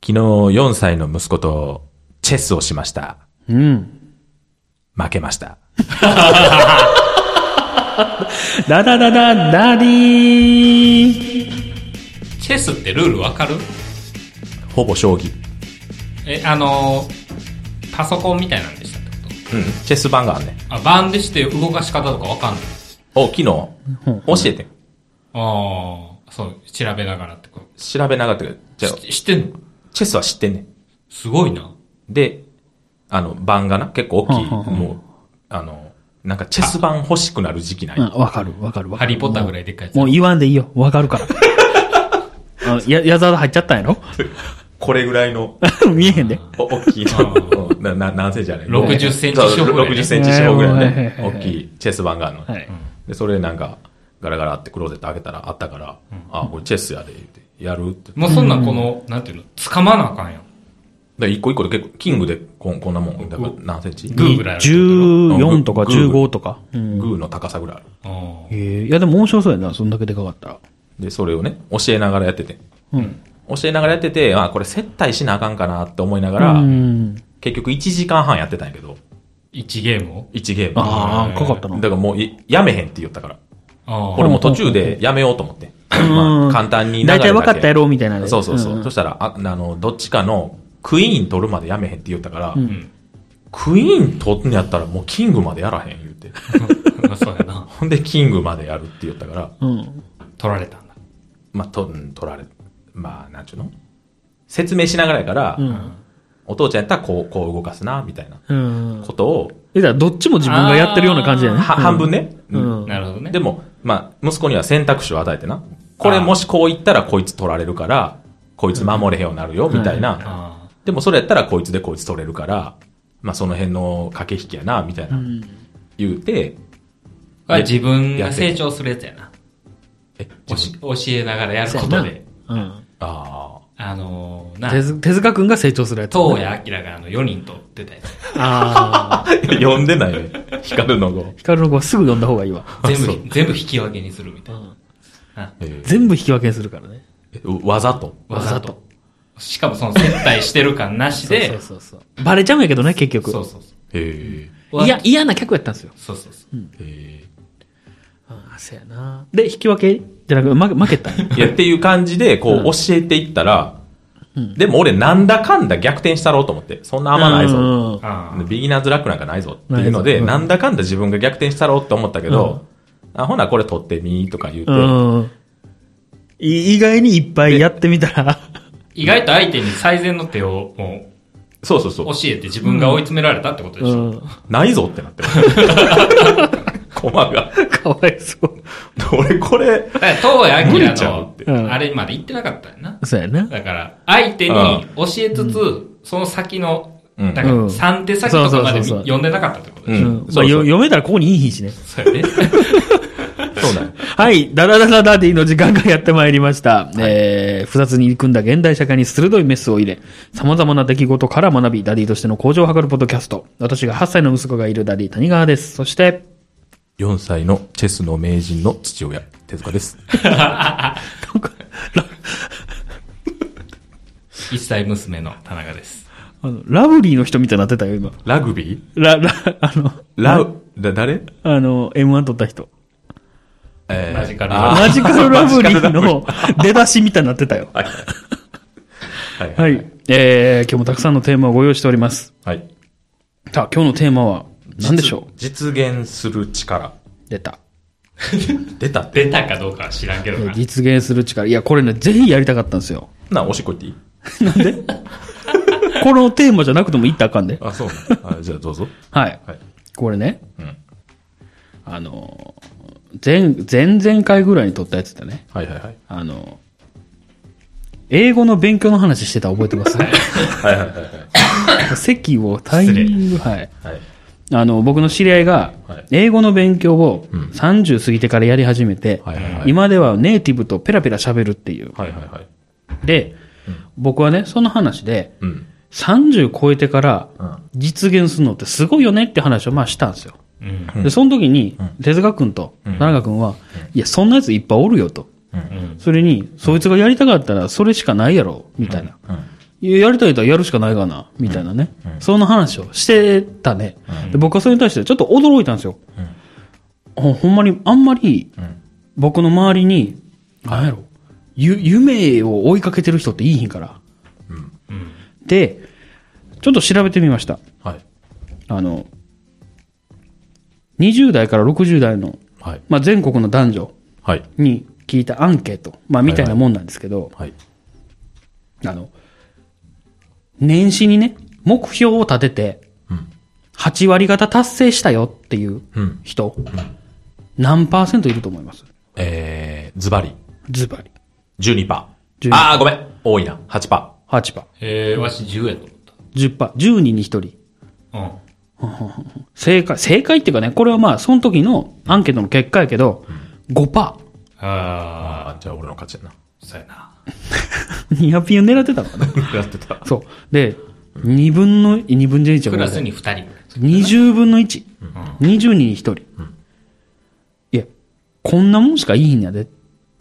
昨日4歳の息子とチェスをしました。 うん。 負けました。 ダダダダダディー。 チェスってルールわかる？ ほぼ将棋。 パソコンみたいなんでしたってこと？ うん。チェス盤があるね。 あ、盤でして動かし方とかわかんない。 お、昨日、教えて。 ああ、そう、調べながらってこと。 調べながらって、じゃあ知ってんの？ チェスは知ってんねん。 すごいな。 で、盤がな、結構大きい。もう、なんかチェス盤欲しくなる時期ない。 わかる。 ハリーポッターぐらいでっかいやつ。 もう言わんでいいよ。わかるから。矢沢入っちゃったんやろ？ これぐらいの。 見えへんで。 大きいの。何センチあれ ?60 センチ四方ぐらい、 60センチ四方ぐらいのね。大きいチェス盤があるの。 はい。 で、それなんか、ガラガラってクローゼット開けたらあったから、あ、これチェスやで、言って、やるって。 もうそんなんなんていうの、掴まなあかんやん。 だ一個一個で結構、キングでこんなもん。だから何センチ？ グーぐらいある。 14とか15とか。 グーの高さぐらいある。 いやでも面白そうやな、そんだけでかかったら。 で、それをね、教えながらやってて。 うん。 教えながらやってて、あ、これ接待しなあかんかなって思いながら、結局1時間半やってたんやけど。 1ゲームを ?1 ゲーム。 ああ、かかったな。 だからもう、やめへんって言ったから。俺も途中でやめようと思って。まあ、簡単に大体分かったやろ、みたいな。 そう。そしたら、どっちかの、クイーン取るまでやめへんって言ったから、クイーン取んやったらもうキングまでやらへん言うて。 そうやな。 ほんでキングまでやるって言ったから、 取られたんだ。 まあ、取られ、まあ、なんちゅうの説明しながらやから、お父ちゃんやったらこう動かすな、みたいなことを。 どっちも自分がやってるような感じやね。 半分ね。 なるほどね。 でも、まあ、息子には選択肢を与えてな。これもしこう言ったらこいつ取られるから、こいつ守れへんようになるよ、みたいな。でもそれやったらこいつでこいつ取れるから、まあその辺の駆け引きやな、みたいな。言うて。 自分が成長するやつやな。教えながらやることで。 手塚くんが成長するやつ。 東谷明が4人と出たやつ。 ああ。読んでないね。光の子。 光の子はすぐ読んだ方がいいわ。 全部引き分けにするみたいな。 全部引き分けにするからね。 わざと。 しかもその接待してる感なしで。 そう。バレちゃうんやけどね、結局。 そう。 嫌な客やったんですよ。 そう。 そうやな。で、引き分けじゃなく負けた。 いや、っていう感じで、こう、教えていったら、でも俺なんだかんだ逆転したろうと思って。そんな甘ないぞ。ビギナーズラックなんかないぞっていうので、なんだかんだ自分が逆転したろうって思ったけど、ほなこれ取ってみとか言うて。 意外にいっぱいやってみたら。 意外と相手に最善の手をもう、 そう。 教えて自分が追い詰められたってことでしょ。 ないぞってなって。コマが。 かわいそう。 俺これ、 東谷明の、あれまで言ってなかったよな。 そうやな。 だから、相手に教えつつ、その先の、だから、3手先とかまで読んでなかったってことでしょ。 読めたらここにいい日しね。 そうやね。 そうだよ。 はい。ダラダラダディの時間がやってまいりました。複雑に組んだ現代社会に鋭いメスを入れ、様々な出来事から学び、ダディとしての向上を図るポッドキャスト。私が8歳の息子がいるダディ谷川です。そして、 4歳のチェスの名人の父親、手塚です。 1歳娘の田中です。 ラブリーの人みたいになってたよ、今。 ラグビー誰M1 取った人。 マジカルラブリーの出だしみたいになってたよ。はい。今日もたくさんのテーマをご用意しております。 はい。 さあ、今日のテーマは何でしょう？ 実現する力。 出たかどうかは知らんけどな。 実現する力。いや、これね、ぜひやりたかったんですよ。 おしっこ行っていい？ なんでこのテーマじゃなくても言ったらあかんで。 あ、そうな。じゃあどうぞ。 はい。これね、前々回ぐらいに撮ったやつでね。 はい。 英語の勉強の話してた覚えてますはい。 席をタイミング、はい。僕の知り合いが、英語の勉強を30過ぎてからやり始めて、今ではネイティブとペラペラ喋るっていう。で、僕はね、その話で、30超えてから実現するのってすごいよねって話をまあしたんですよ。で、その時に、手塚くんと田中くんは、いや、そんなやついっぱいおるよと。それに、そいつがやりたかったらそれしかないやろ、みたいな。 やりたいとはやるしかないかな、みたいなね。そんな話をしてたね。で僕はそれに対してちょっと驚いたんですよ。ほんまに、あんまり、僕の周りに、なんやろ、夢を追いかけてる人っていいひんから。で、ちょっと調べてみました。20代から60代の、まあ、全国の男女に聞いたアンケート、まあ、みたいなもんなんですけど、年始にね、目標を立てて、8割方達成したよっていう人、何%いると思います？ ズバリ。12%。ああ、ごめん。多いな。8%。 わし10やと思った。 10%。10人に1人。正解っていうかね、これはまあ、その時のアンケートの結果やけど、5%。 ああ、じゃあ俺の勝ちやな。 そうやな。 ニアピンを狙ってたのかな？ 狙ってた。 そう。で、2分の1 クラスに2人。 20分の1。20人に1人。いや、こんなもんしかいいんやでって。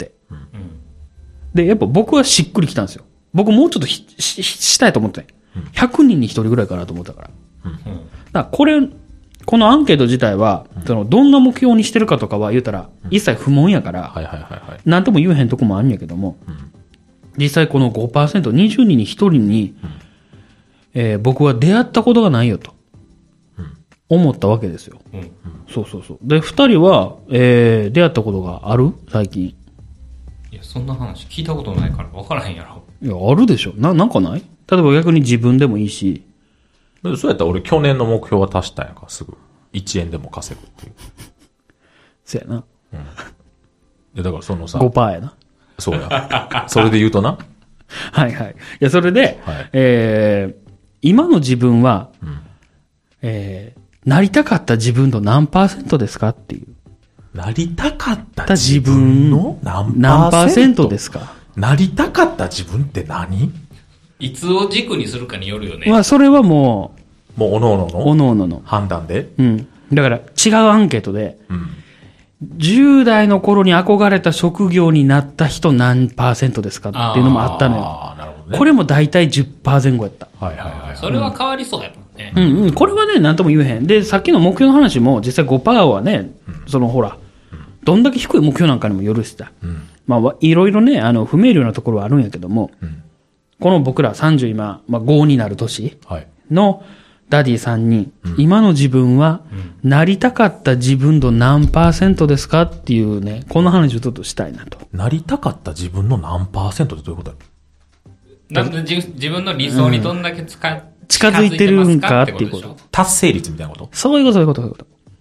で、やっぱ僕はしっくりきたんですよ。僕もうちょっとしたいと思って。100人に1人ぐらいかなと思ったから。だからこのアンケート自体は、どんな目標にしてるかとかは言うたら、一切不問やから、なんとも言えへんとこもあるんやけども、実際この 5%、20人に1人に、僕は出会ったことがないよと、思ったわけですよ。そう。で、2人は、出会ったことがある？最近。 いや、そんな話聞いたことないから分からへんやろ。 いや、あるでしょ。なんかない？例えば逆に自分でもいいし。 そうやったら俺去年の目標は達したんやから、すぐ。1円でも稼ぐっていう。 そうやな。 だからそのさ。 5% やな。 そうや。それで言うとな。 はい。いや、それで、今の自分は、なりたかった自分の何%ですかっていう。 なりたかった自分の何% ですか？ なりたかった自分って何？ いつを軸にするかによるよね。 まあ、それはもう、おのおの判断で。 だから、違うアンケートで、10代の頃に憧れた職業になった人何%ですかっていうのもあったのよ。なるほどね。これも大体 10% 前後やった。 それは変わりそうやもんね。これはね、なんとも言えへん。で、さっきの目標の話も、実際 5% はね、ほら、どんだけ低い目標なんかにもよるしさ。まあ、いろいろね、不明瞭なところはあるんやけども、この僕ら30今、まあ、5になる年のダディ3人、今の自分は、なりたかった自分の何%ですかっていうね、この話をちょっとしたいなと。 なりたかった自分の何%ってどういうことだろう？自分の理想にどんだけ近づいてるんかっていうこと。 達成率みたいなこと？ そういうこと。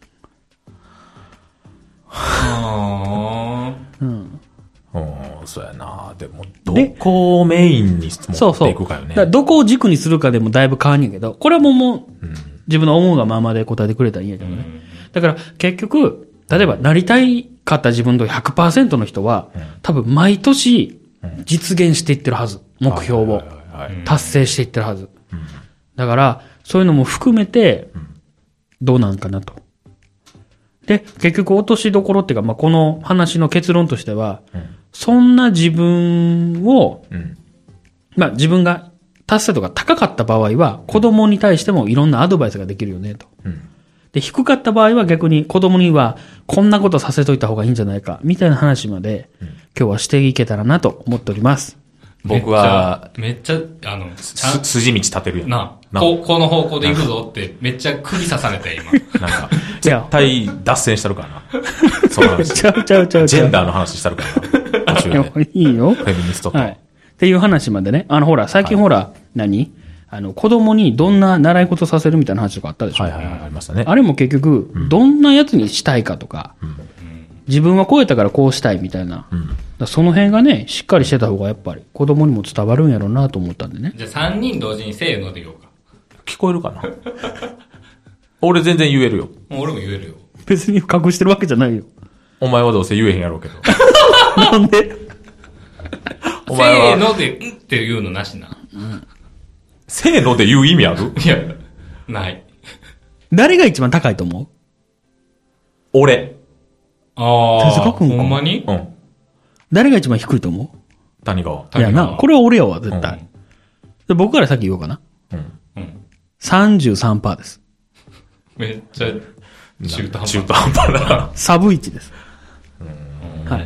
そうやな。でも、どこをメインに持っていくかよね。 どこを軸にするかでもだいぶ変わんやけど、これはもう、自分の思うがままで答えてくれたらいいんやけどね。だから、結局、例えば、なりたいかった自分と 100% の人は、多分毎年、実現していってるはず。目標を。達成していってるはず。だから、そういうのも含めて、どうなんかなと。で、結局落としどころっていうか、まあ、この話の結論としては、そんな自分を、まあ、自分が達成度が高かった場合は、子供に対してもいろんなアドバイスができるよねと。で、低かった場合は逆に子供にはこんなことさせといた方がいいんじゃないか、みたいな話まで、今日はしていけたらなと思っております。 僕は、 めっちゃ、 筋道立てるやん。 この方向で行くぞって、めっちゃ釘刺されて、今。 なんか、絶対脱線したるからな。その話。 ちゃう。 ジェンダーの話したるからな。途中で。 いいよ。 フェミニストと。 っていう話までね。ほら、最近ほら、子供にどんな習い事させるみたいな話とかあったでしょ。 ありましたね。 あれも結局、どんなやつにしたいかとか、自分はこうやったからこうしたいみたいな。その辺がね、しっかりしてた方がやっぱり子供にも伝わるんやろうなと思ったんでね。 じゃあ3人同時にせーので言おうか。 聞こえるかな？俺全然言えるよ。 俺も言えるよ。 別に隠してるわけじゃないよ。 お前はどうせ言えへんやろうけど。 なんでせーので、って言うのなしな。 せーので言う意味ある？ いや、ない。 誰が一番高いと思う？ 俺。 手塚くんか。 ほんまに？ 誰が一番低いと思う？ 谷川。 いやな、これは俺やわ、絶対。 で僕から先言おうかな。うん。33% です。 めっちゃ、中途半端だ。 サブ1です。はい。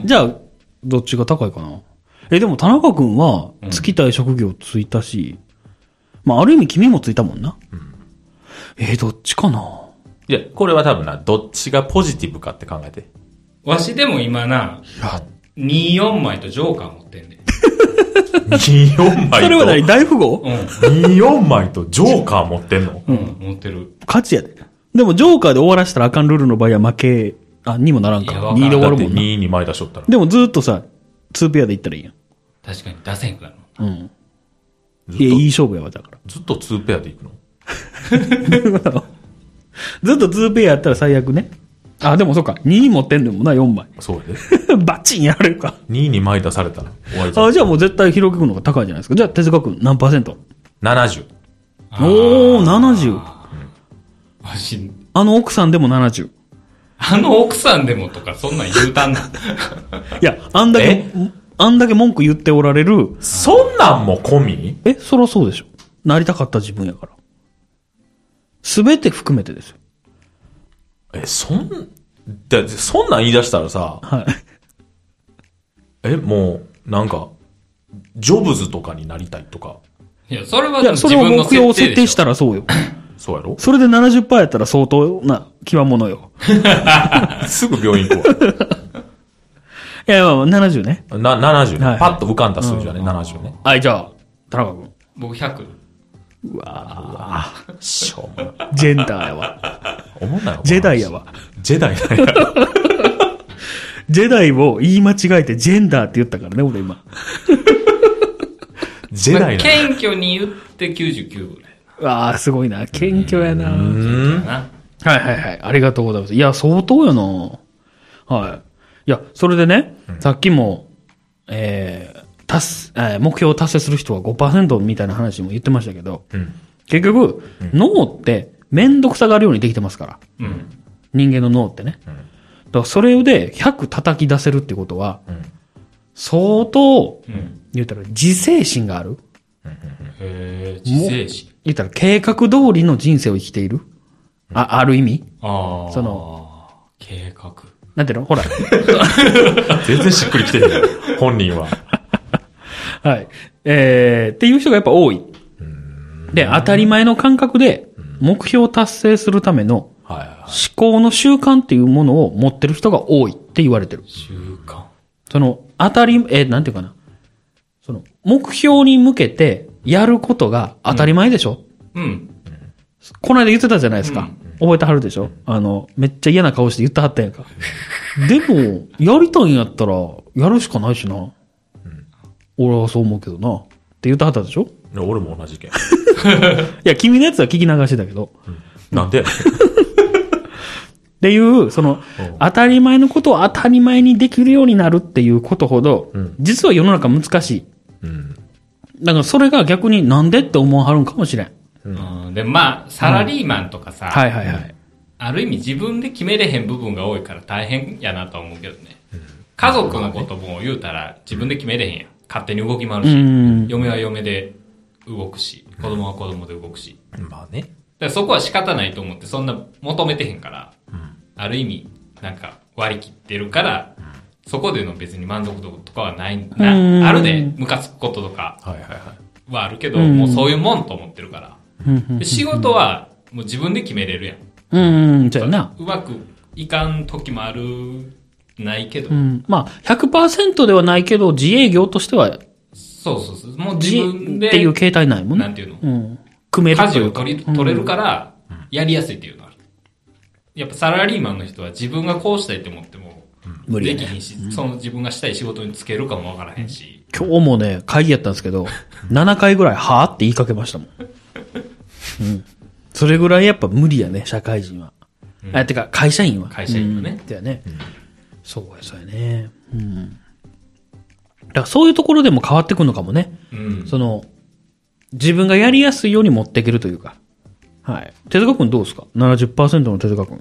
じゃあ、どっちが高いかな。でも田中君は、つきたい職業ついたし、まあ、ある意味君もついたもんな。どっちかな。 いや、これは多分な、どっちがポジティブかって考えて。 わしでも今な、24枚とジョーカー持ってんねん。 24枚と。 それは何大富豪？ うん。24枚とジョーカー持ってんの？ うん、持ってる。 勝ちやで。でもジョーカーで終わらしたらあかんルールの場合は負け、にもならんか。2で終わるもんな。 2に枚出しとったら。 でもずっとさ、2ペアでいったらいいやん。 確かに出せんくなるもん。うん。 いや、いい勝負やわ、だから。 ずっと2ペアでいくの？ ずっと2ペアやったら最悪ね。でもそうか。2持ってんのもな、4枚。 そうやで。バッチンやられるか。 2に枚出されたら終わりじゃん。 じゃあもう絶対広げくのが高いじゃないですか。じゃあ手塚くん何%？ 70。 おー、70。 わし。 奥さんでも70。 奥さんでもとか、そんなん言うたんだ。 いや、あんだけ文句言っておられる。 そんなんも込み？ そらそうでしょ。なりたかった自分やから。すべて含めてですよ。 そんなん言い出したらさ、 はい。 もう、なんか、ジョブズとかになりたいとか。 いや、それは自分の設定でしょ。 それを目標を設定したらそうよ。 そうやろ？ それで 70% やったら相当な極物よ。 すぐ病院行こう。 いや、70ね。 70ね。はい、パッと浮かんだ数字はね、70ね。 はい、じゃあ、田中君。 僕100。 うわぁ。 しょうもない。 ジェンダーやわ。 思んないよ。 ジェダイやわ。 ジェダイなんや。 ジェダイを言い間違えてジェンダーって言ったからね、俺今。 ジェダイな。 謙虚に言って99ぐらい。 わあ、すごいな。謙虚やな。はいはいはい。ありがとうございます。いや、相当やな。はい。いや、それでね、さっきも、目標を達成する人は 5% みたいな話も言ってましたけど、結局、脳ってめんどくさがるようにできてますから。人間の脳ってね。だからそれで100叩き出せるってことは、相当、言ったら自制心がある。 自制心。 言ったら計画通りの人生を生きている。ある意味。 計画。 なんていうのほら。 全然しっくりきてるよ。本人は。 はい。っていう人がやっぱ多い。で、当たり前の感覚で目標を達成するための思考の習慣っていうものを持ってる人が多いって言われてる。 習慣。 なんていうかな。目標に向けてやることが当たり前でしょ？この間言ってたじゃないですか。覚えてはるでしょ？めっちゃ嫌な顔して言ってはったやんか。でも、やりたいんやったら、やるしかないしな。俺はそう思うけどな。って言ってはったでしょ？ いや、俺も同じ意見。いや、君のやつは聞き流しだけど。 なんでっていう、当たり前のことを当たり前にできるようになるっていうことほど、実は世の中難しい。だからそれが逆になんでって思わはるんかもしれん。 で、サラリーマンとかさ、 はいはいはい。 ある意味自分で決めれへん部分が多いから大変やなとは思うけどね。家族のことも言うたら自分で決めれへんやん。勝手に動き回るし、嫁は嫁で動くし、子供は子供で動くし。 まあね。 だからそこは仕方ないと思ってそんな求めてへんから、ある意味なんか割り切ってるから、そこでの別に満足度とかはない、あるで、ムカつくこととかはあるけど、もうそういうもんと思ってるから。仕事はもう自分で決めれるやん。 そうやな。 うまくいかん時もある、ないけど。 100% ではないけど、自営業としては。 そうそうそう。もう自分で。 っていう形態ないもんね。 なんていうの？ 組める。 舵を取れるから、やりやすいっていうのがある。やっぱサラリーマンの人は自分がこうしたいって思っても、 無理できひんし、その自分がしたい仕事につけるかもわからへんし。 今日もね、会議やったんですけど、7回ぐらい、はぁって言いかけましたもん。それぐらいやっぱ無理やね、社会人は。てか、会社員は。 会社員はね。 だよね。そうやね。だからそういうところでも変わってくるのかもね。自分がやりやすいように持っていけるというか。はい。手塚くんどうですか？ 70% の手塚くん。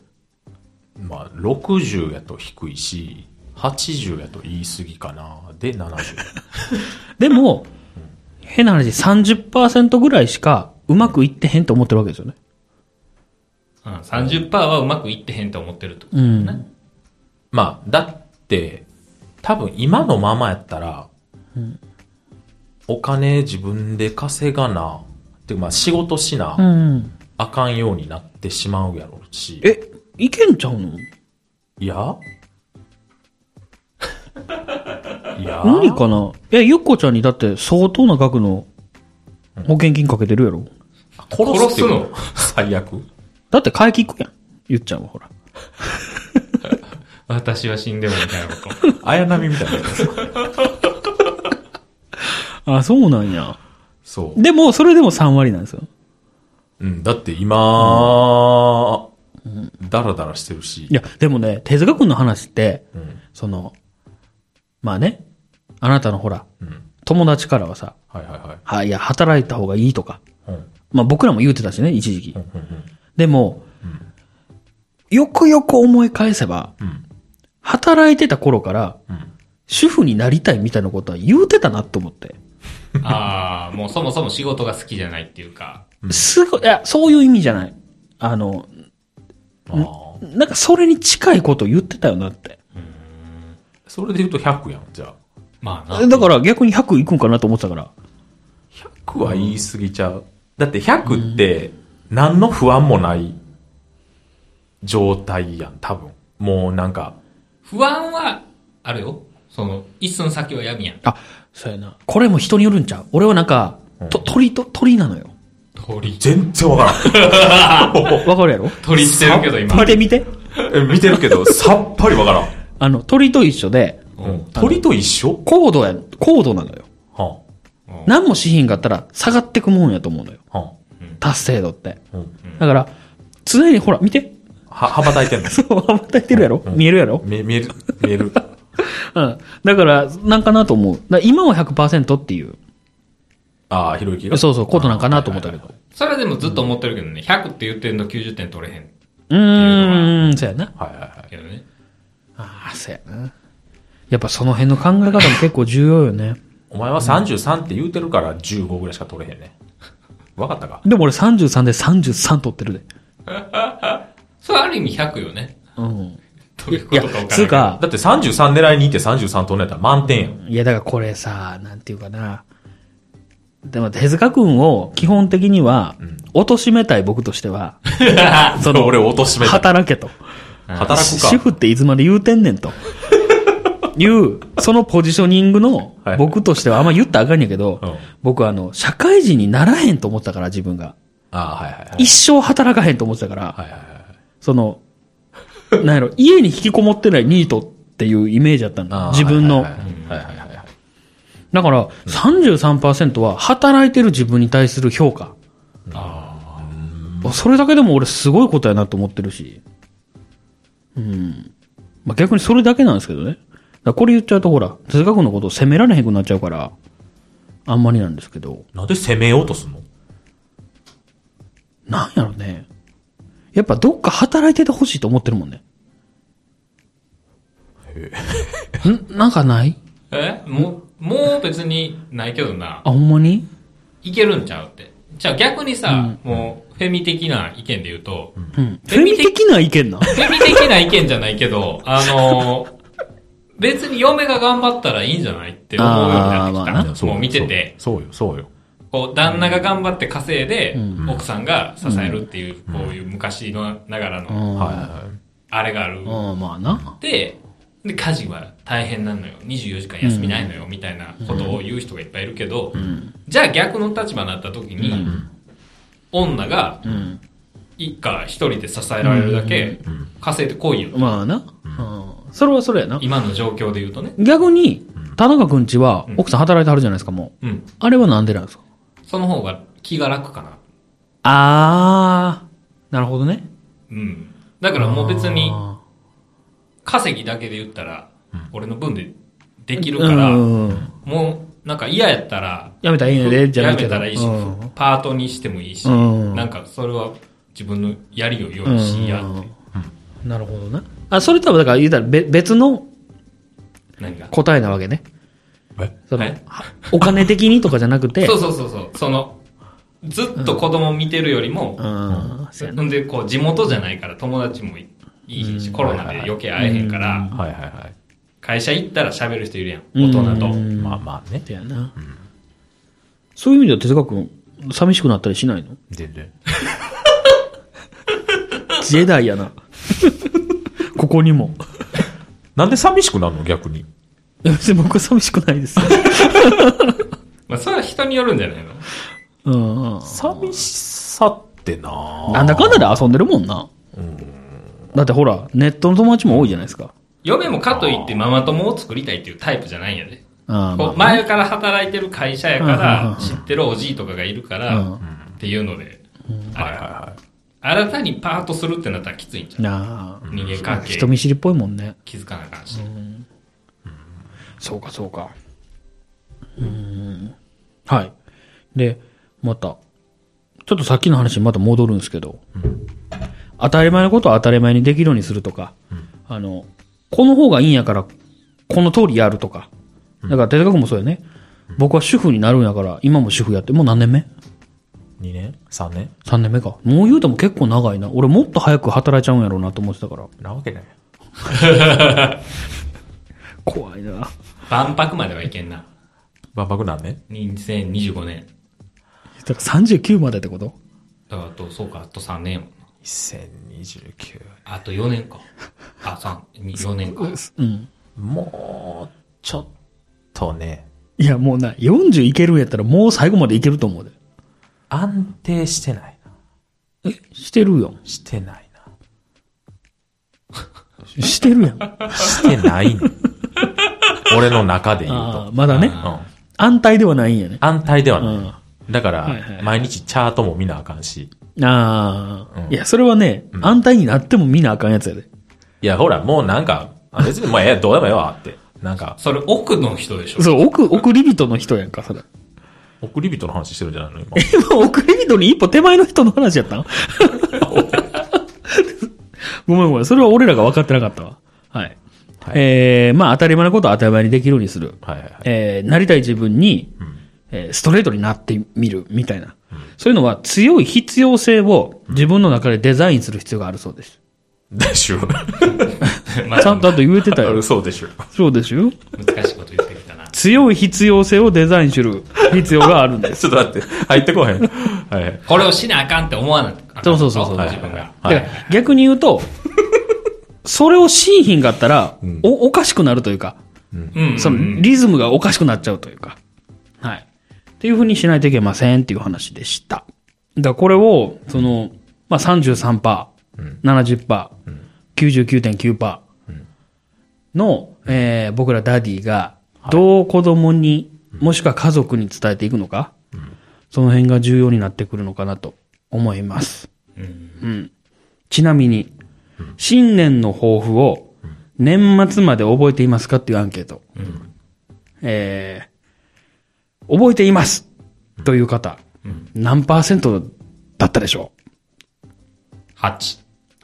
60やと低いし、80やと言い過ぎかな。で、70。 でも、 変な話、30% ぐらいしかうまくいってへんと思ってるわけですよね。 うん、30% はうまくいってへんと思ってるってことですね。 まあ、だって、多分今のままやったら、お金自分で稼がな、っていうかまあ仕事しな、あかんようになってしまうやろうし。 いけんちゃうの？ いや無理かな。ゆっこちゃんにだって相当な額の保険金かけてるやろ。 殺すの？ 最悪。だって買い聞くやん。ゆっちゃんはほら。 私は死んでもみたいなこと。 綾波みたいなやつ。あ、そうなんや。 そう。 でも、それでも3割なんですよ。 だって今、ダラダラしてるし。 いや、でもね、手塚くんの話って、まあね、あなたのほら、友達からはさ、いや、働いた方がいいとか、まあ僕らも言うてたしね、一時期。でも、よくよく思い返せば、働いてた頃から、主婦になりたいみたいなことは言うてたなって思って。 ああ、もうそもそも仕事が好きじゃないっていうか。 すごい、いや、そういう意味じゃない。なんかそれに近いこと言ってたよなって。 それで言うと100やん、じゃあ。 まあな。 だから逆に100いくんかなと思ってたから。 100は言い過ぎちゃう。だって100って何の不安もない状態やん、多分。もうなんか。 不安はあるよ。一寸先は闇やん。 あ、そうやな。これも人によるんちゃう？俺はなんか、鳥なのよ。 鳥。 全然わからん。 わかるやろ？ 鳥してるけど今。 見て。 見てるけど、さっぱりわからん。 鳥と一緒で、 鳥と一緒？ 高度なのよ。何もしひんかったら下がってくもんやと思うのよ。達成度って。だから、常にほら、見て。 羽ばたいてんの？ そう、羽ばたいてるやろ？見えるやろ？ 見える。 だから、なんかなと思う。今は 100% っていう。 ああ、ひろゆきが。 そう、ことなんかなと思ったけど。 それはでもずっと思ってるけどね、100って言ってんの90点取れへん。 そうやな。 けどね。 ああ、そうやな。やっぱその辺の考え方も結構重要よね。 お前は33って言うてるから15ぐらいしか取れへんね。わかったか？ でも俺33で33取ってるで。 それある意味100よね。 どういうことか分からない。 つうか。 だって33狙いに行って33取んないったら満点やん。 いや、だからこれさ、なんていうかな。でも手塚くんを基本的には、貶めたい僕としては、 俺を貶めたい。 働けと。 働くか。 主婦っていつまで言うてんねんと。そのポジショニングの僕としてはあんま言ったらあかんやけど、僕社会人にならへんと思ってたから、自分が。一生働かへんと思ってたから、なんやろ、家に引きこもってないニートっていうイメージだったんだ。自分の。だから、33% は働いてる自分に対する評価。それだけでも俺すごいことやなと思ってるし。まあ、逆にそれだけなんですけどね。これ言っちゃうとほら、哲学のことを責められへんくなっちゃうから、あんまりなんですけど。 なんで責めようとすんの？ なんやろね。やっぱどっか働いててほしいと思ってるもんね。なんかない？ もう別にないけどな。 あ、ほんまに？ いけるんちゃうって。じゃあ逆にさ、もうフェミ的な意見で言うと、 フェミ的な意見な？ フェミ的な意見じゃないけど、別に嫁が頑張ったらいいんじゃないって思うようになってきた。もう見てて。 そうよ。 こう、旦那が頑張って稼いで、奥さんが支えるっていう、こういう昔のながらの、あれがある。 まあな。 で、家事は大変なのよ。24時間休みないのよ。みたいなことを言う人がいっぱいいるけど、じゃあ逆の立場になった時に、女が、一家一人で支えられるだけ、稼いでこいよ。 まあな。それはそれやな。 今の状況で言うとね。 逆に、田中くんちは、奥さん働いてはるじゃないですか、もう。あれはなんでなんですか？ その方が気が楽かな。 なるほどね。 だからもう別に、稼ぎだけで言ったら、俺の分でできるから、もうなんか嫌やったら、 やめたらいいねで、 じゃなくて。やめたらいいし、パートにしてもいいし、なんかそれは自分のやりをよいしやって。 なるほどな。それとはだから言うたら別の答えなわけね。 お金的にとかじゃなくて。 そう。ずっと子供見てるよりも、ほんで、こう、地元じゃないから友達もいいし、コロナで余計会えへんから、会社行ったら喋る人いるやん、大人と。 まあね。 そういう意味では手塚くん、寂しくなったりしないの？ 全然。 ジェダイやな。ここにも。 なんで寂しくなるの逆に。 別に僕は寂しくないです。 まあ、それは人によるんじゃないの？ 寂しさってなんだかんだで遊んでるもんな。だってほら、ネットの友達も多いじゃないですか。 嫁もかといってママ友を作りたいっていうタイプじゃないんやで。前から働いてる会社やから、知ってるおじいとかがいるから、っていうので。新たにパートするってなったらきついんじゃん。人間関係。 人見知りっぽいもんね。 気づかなあかんし。 そうか。はい。で、また、ちょっとさっきの話にまた戻るんですけど、当たり前のことを当たり前にできるようにするとか、この方がいいんやから、この通りやるとか。だから手塚君もそうやね。僕は主婦になるんやから、今も主婦やって、もう何年目？ 2 年 ?3 年 ?3 年目か。もう言うても結構長いな。俺もっと早く働いちゃうんやろうなと思ってたから。 なわけない。 怖いな。 万博まではいけんな。 万博何年？ 2025年。 だから39までってこと？ だからそうか、あと3年やもんな。 2029。 あと4年か。4年か。 もう、ちょっとね。 いや、もうな、40いけるんやったらもう最後までいけると思うで。 安定してないな。してるよ。 してないな。してるやん。 してないの。俺の中で言うと。 まだね。安泰ではないんやね。 安泰ではない。だから、毎日チャートも見なあかんし。 いや、それはね、安泰になっても見なあかんやつやで。 いや、ほら、もうなんか、別にもうどうでもええわって。なんか。 それ奥の人でしょ？ そう、送り人の人やんか、それ。 送り人の話してるんじゃないの今。 今、送り人に一歩手前の人の話やったん？ごめん。それは俺らが分かってなかったわ。はい。まあ、当たり前のことを当たり前にできるようにする。なりたい自分に、ストレートになってみる、みたいな。そういうのは強い必要性を自分の中でデザインする必要があるそうです。 でしょ。 ちゃんと言えてたよ。 そうでしょ。 そうですよ。 難しいこと言ってきたな。 強い必要性をデザインする必要があるんです。 ちょっと待って、入ってこへん。はい。 これをしなあかんって思わなあかん。 そう。 自分が。 逆に言うと、それをしんひんかったら、おかしくなるというか、そのリズムがおかしくなっちゃうというか、はい。っていう風にしないといけませんっていう話でした。だからこれを、まあ、33%、70%、99.9% の、僕らダディが、どう子供に、もしくは家族に伝えていくのか、その辺が重要になってくるのかなと思います。ちなみに、新年の抱負を年末まで覚えていますかっていうアンケート。覚えていますという方、何%だったでしょう？ 8。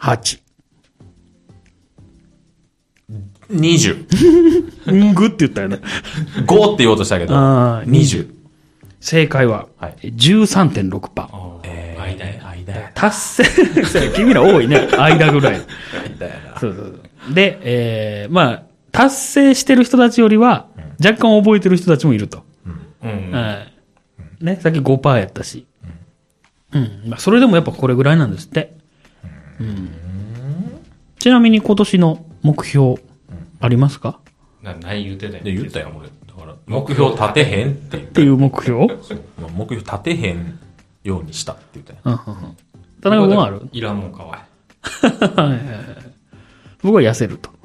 20。 グって言ったよね。 5って言おうとしたけど、20。 正解は、13.6%。 間や。 達成、君ら多いね。間ぐらい。 間やな。 そう。で、まあ、達成してる人たちよりは、若干覚えてる人たちもいると。ね、さっき 5% やったし。まあ、それでもやっぱこれぐらいなんですって。ちなみに今年の目標、ありますか？ ない言うてたよ。 言ったよ、俺。だから、目標立てへんっていう目標？ 目標立てへんようにしたって言ったよ。 田中君はある？ いらんもんかわい。 僕は痩せると。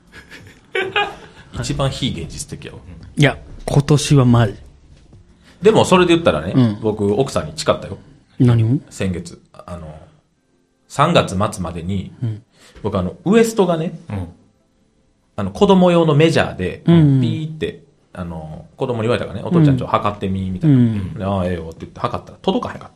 一番非現実的やわ。 いや、今年はマジ。 でもそれで言ったらね、僕奥さんに誓ったよ。 何を？ 先月。3月末までに、僕ウエストがね、子供用のメジャーで、ピーって、子供に言われたからね、お父ちゃんちょ測ってみ、みたいな。ああ、ええよって言って測ったら届かへんかって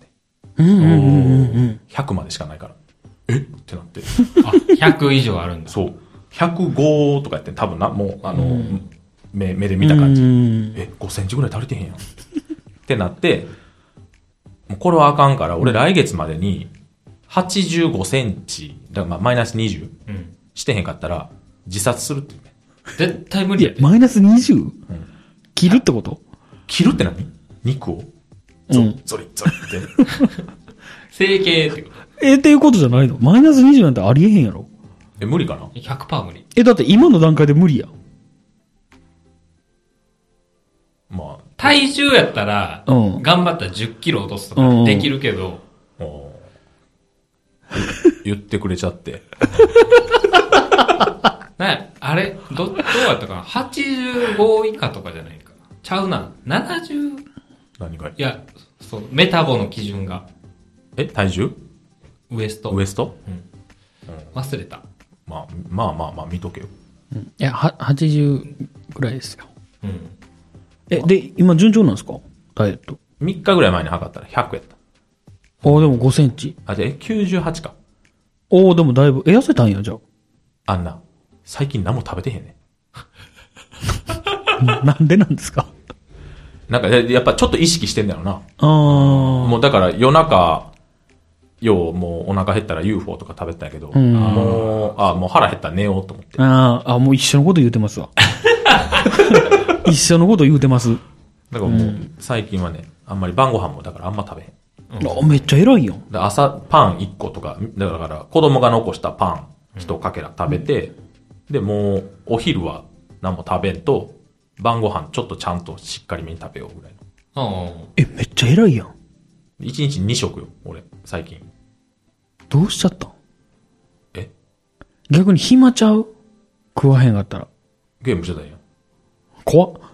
。100までしかないから。えってなって。 100以上あるんだ。 そう。105とかやって多分な、もう、 目で見た感じ。5センチぐらい足りてへんやん。ってなって、もうこれはあかんから、俺来月までに85センチ、だからマイナス20、してへんかったら自殺するって言うね。 絶対無理やで。 マイナス 20？切るってこと？ 切るって何？肉をゾリゾリって。 整形ってこと？ っていうことじゃないの？マイナス20なんてありえへんやろ？ 無理かな？ 100% 無理。 だって今の段階で無理やん。 まあ。 体重やったら、頑張ったら10キロ落とすとかできるけど、 言ってくれちゃって。 あれどうやったかな ?85 以下とかじゃないかな。ちゃうな。70? 何が？ いや、そう、メタボの基準が。 体重？ ウエスト。忘れた。 まあ、見とけよ。 いや、80ぐらいですよ。で、今順調なんですか？ダイエット。 3日ぐらい前に測ったら100やった。 でも5センチ。 じゃあ、98か。 でもだいぶ、痩せたんや、じゃあ。最近何も食べてへんねん。なんでなんですか？ なんか、やっぱちょっと意識してんだろうな。もうだから夜中、もうお腹減ったら UFO とか食べたんやけど、もう腹減ったら寝ようと思って。 もう一緒のこと言うてますわ。一緒のこと言うてます。 だからもう、最近はね、あんまり晩ご飯もだからあんま食べへん。 めっちゃ偉いよ。 朝パン1個とか、だから子供が残したパン1かけら食べて、で、もうお昼は何も食べんと、晩ご飯ちょっとちゃんとしっかりめに食べようぐらいの。 めっちゃ偉いやん。 1日2食よ、俺、最近。 どうしちゃったん？逆に暇ちゃう？食わへんかったら。 ゲームしてたんや。 怖っ。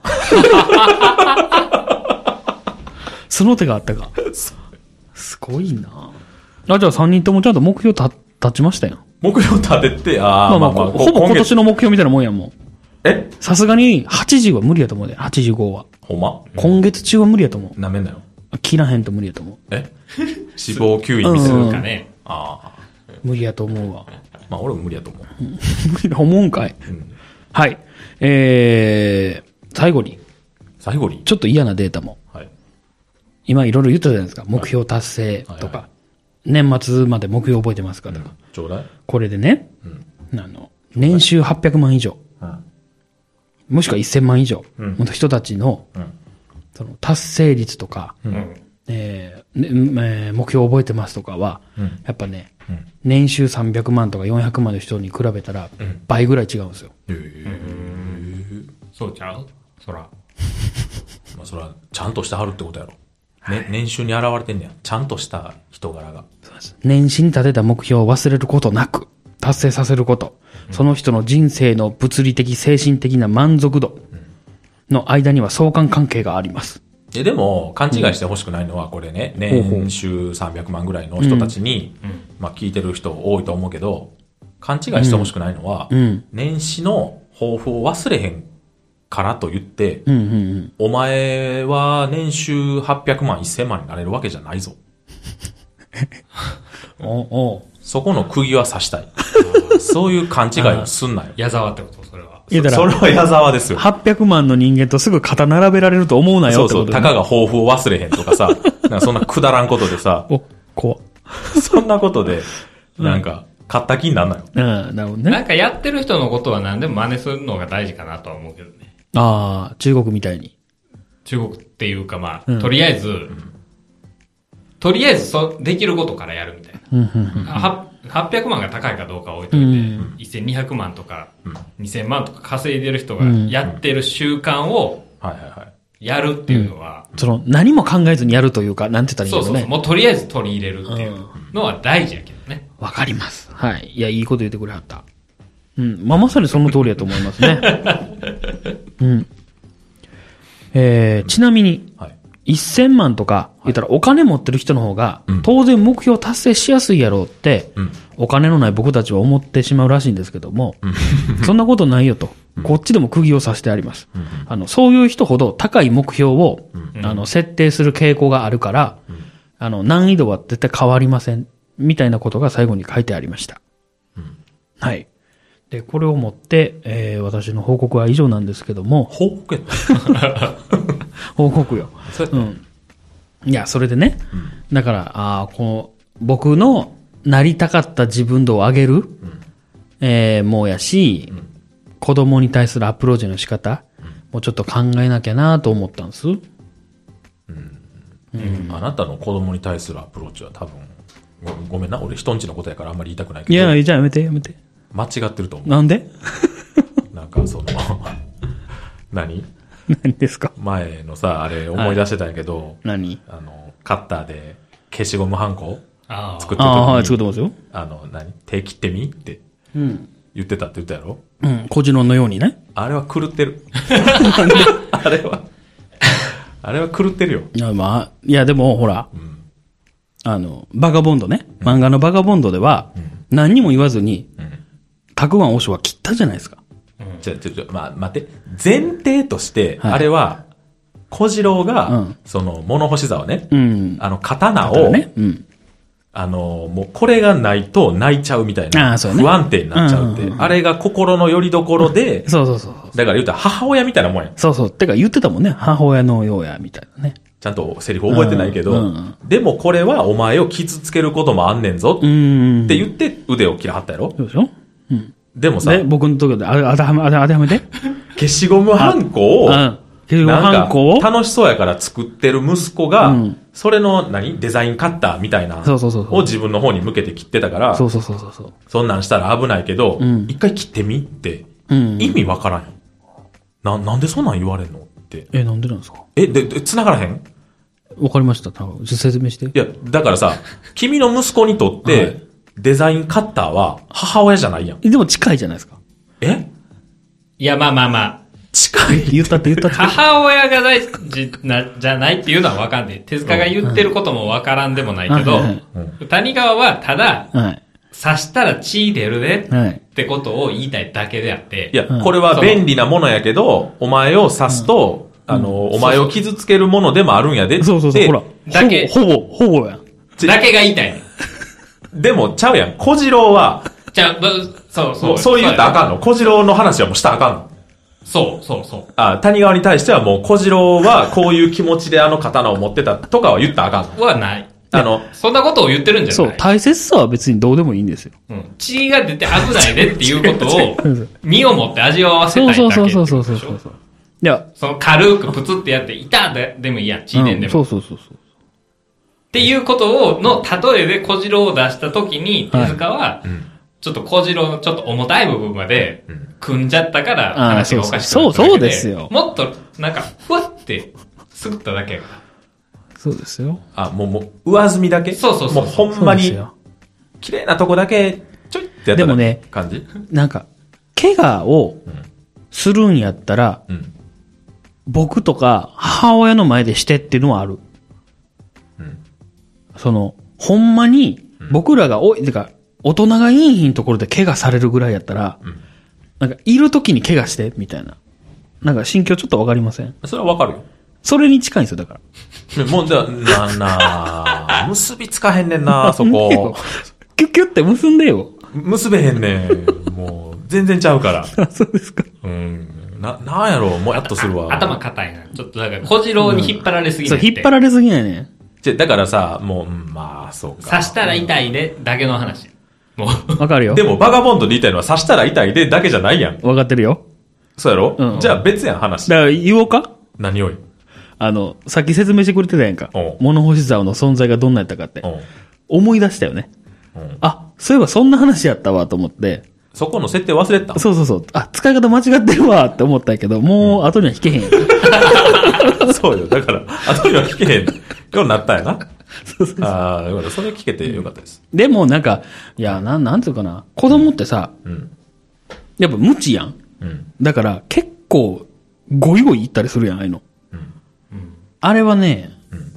その手があったか。すごいな。じゃあ3人ともちゃんと目標立ちましたよ。 目標立てて、 ほぼ今年の目標みたいなもんやもん。さすがに80は無理やと思うで、85は。 ほんま？ 今月中は無理やと思う。 なめんなよ。 切らへんと無理やと思う。 脂肪吸引にするかね。 無理やと思うわ。 まあ俺も無理やと思う。 無理だ思うんかい。はい。最後に。ちょっと嫌なデータも。今いろいろ言ったじゃないですか。目標達成とか。年末まで目標覚えてますかとか。 ちょうだい。 これでね、年収800万以上。もしくは1000万以上の人たちの、その達成率とか、目標覚えてますとかは、やっぱね、年収300万とか400万の人に比べたら、倍ぐらい違うんですよ。 そうちゃう？そら。 まあそら、ちゃんとしてはるってことやろ。年収に現れてんねや。ちゃんとした人柄が。 年始に立てた目標を忘れることなく、達成させること。その人の人生の物理的、精神的な満足度の間には相関関係があります。 でも、勘違いしてほしくないのは、これね、年収300万ぐらいの人たちに、まあ聞いてる人多いと思うけど、勘違いしてほしくないのは、年始の抱負を忘れへんからと言って、お前は年収800万、1000万になれるわけじゃないぞ。そこの釘は刺したい。そういう勘違いをすんなよ。 矢沢ってことそれは。 それは矢沢ですよ。 800万の人間とすぐ肩並べられると思うなよってこと、ね。 たかが抱負を忘れへんとかさ、なんかそんなくだらんことでさ、 怖っ。 そんなことで、なんか、買った気になんなよ。 なるほどね。 なんかやってる人のことは何でも真似するのが大事かなとは思うけどね。 中国みたいに。 中国っていうかまあ、とりあえずできることからやるみたいな。800万が高いかどうか置いといて、1200万とか、2000万とか稼いでる人がやってる習慣を、やるっていうのは、 何も考えずにやるというか、なんて言ったらいいんだろうね。 そう、もうとりあえず取り入れるっていうのは大事やけどね。 わかります。はい。いや、いいこと言ってくれはった。まあ、まさにその通りだと思いますね。ちなみに、1000万とか言ったらお金持ってる人の方が当然目標達成しやすいやろうってお金のない僕たちは思ってしまうらしいんですけども、そんなことないよと、こっちでも釘を刺してあります。そういう人ほど高い目標を設定する傾向があるから難易度は絶対変わりませんみたいなことが最後に書いてありました。はい。 で、これをもって、私の報告は以上なんですけども。 報告や報告よ。うん。いや、それでね。うん、だから、僕のなりたかった自分度を上げる、もうやし、子供に対するアプローチの仕方、もうちょっと考えなきゃなと思ったんです。 あなたの子供に対するアプローチは多分、ごめんな、俺人んちのことやからあんまり言いたくないけど。 いや、じゃあやめて。 間違ってると思う。 なんでなんか何ですか前のさ、あれ思い出してたんやけど、 何カッターで消しゴムハンコ作ってる時に、 はい、作ってますよ。 手切ってみって言ってたって言ったやろ。 うん、コジロンのようにね。 あれは狂ってる。あれは狂ってるよ。 いやでもほら、バガボンドね、漫画のバガボンドでは、何にも言わずに、たくわんおしは切ったじゃないですか。 待って。前提として、あれは、小次郎が、物干し竿ね、刀を、もうこれがないと泣いちゃうみたいな、不安定になっちゃうって、あれが心の拠り所で、 そう。 だから言うたら母親みたいなもんや。 そう。てか言ってたもんね、母親のようや、みたいなね。 ちゃんとセリフ覚えてないけど、でもこれはお前を傷つけることもあんねんぞって言って腕を切らはったやろ。 そうでしょ。 でもさ、 僕のところで当てはめて。 消しゴムはんこを、なんか楽しそうやから作ってる息子が、それのデザインカッターみたいなを自分の方に向けて切ってたから、そんなんしたら危ないけど、一回切ってみって、意味わからんよ。なんでそんなん言われんのって。 なんでなんですか？ 繋がらへん？ わかりました。説明して。いや、だからさ、君の息子にとって、デザインカッターは母親じゃないやん。 でも近いじゃないですか。 いや、まあ。 近い。言ったって。 母親が大事じゃないっていうのはわかんない。手塚が言ってることもわからんでもないけど、谷川はただ、刺したら血出るねってことを言いたいだけであって。 いや、これは便利なものやけど、お前を刺すと、お前を傷つけるものでもあるんやでって。 そう、ほら。ほぼやん。 だけが言いたいね。 でも、ちゃうやん。小次郎は、そう言ったらあかんの。小次郎の話はもうしたらあかんの。 そう。 谷川に対してはもう小次郎はこういう気持ちで刀を持ってたとかは言ったらあかんの。 はない。そんなことを言ってるんじゃない？ そう、大切さは別にどうでもいいんですよ。 血が出て危ないでっていうことを、身をもって味わわせたいだけ。 そう。いや、 軽くプツってやって、痛でもいいやん、血出んでも。 そう。 っていうことを、例えで小次郎を出したときに、手塚は、ちょっと小次郎のちょっと重たい部分まで、組んじゃったから話がおかしくなっただけで。 そうですよ。 もっと、ふわってすぐっただけやから。 そうですよ。 もう、上積みだけ？そう。もうほんまに、綺麗なとこだけ、ちょいってやった感じ？ 怪我をするんやったら、僕とか母親の前でしてっていうのはある。ほんまに、僕らがてか、大人がいいひんところで怪我されるぐらいやったら、いる時に怪我して、みたいな。心境ちょっとわかりません？ それはわかるよ。 それに近いんですよ、だから。 もう、結びつかへんねんな、そこ。 キュッキュって結んでよ。 結べへんねん。もう、全然ちゃうから。 そうですか。 なんやろう、もやっとするわ。 頭硬いな。ちょっとだから、小次郎に引っ張られすぎない。 引っ張られすぎないね。 だからさ、もう、そうか。 刺したら痛いで、だけの話。もう。わかるよ。 でも、バガボンドで言いたいのは刺したら痛いでだけじゃないやん。 わかってるよ。 そうやろ？じゃあ別やん、話。 だから言おうか？ 何を？ さっき説明してくれてたやんか。物干し竿の存在がどんなやったかって。思い出したよね。そういえばそんな話やったわと思って。 そこの設定忘れてた？ そう。使い方間違ってるわって思ったけど、もう後には引けへんやん。 そうよ。だから、後には引けへんようになったんやな。よかった。それ聞けてよかったです。 でもいや、なんつうかな。子供ってさ、やっぱ無知やん。だから結構、ゴイゴイ言ったりするやん、ああいうの。あれはね、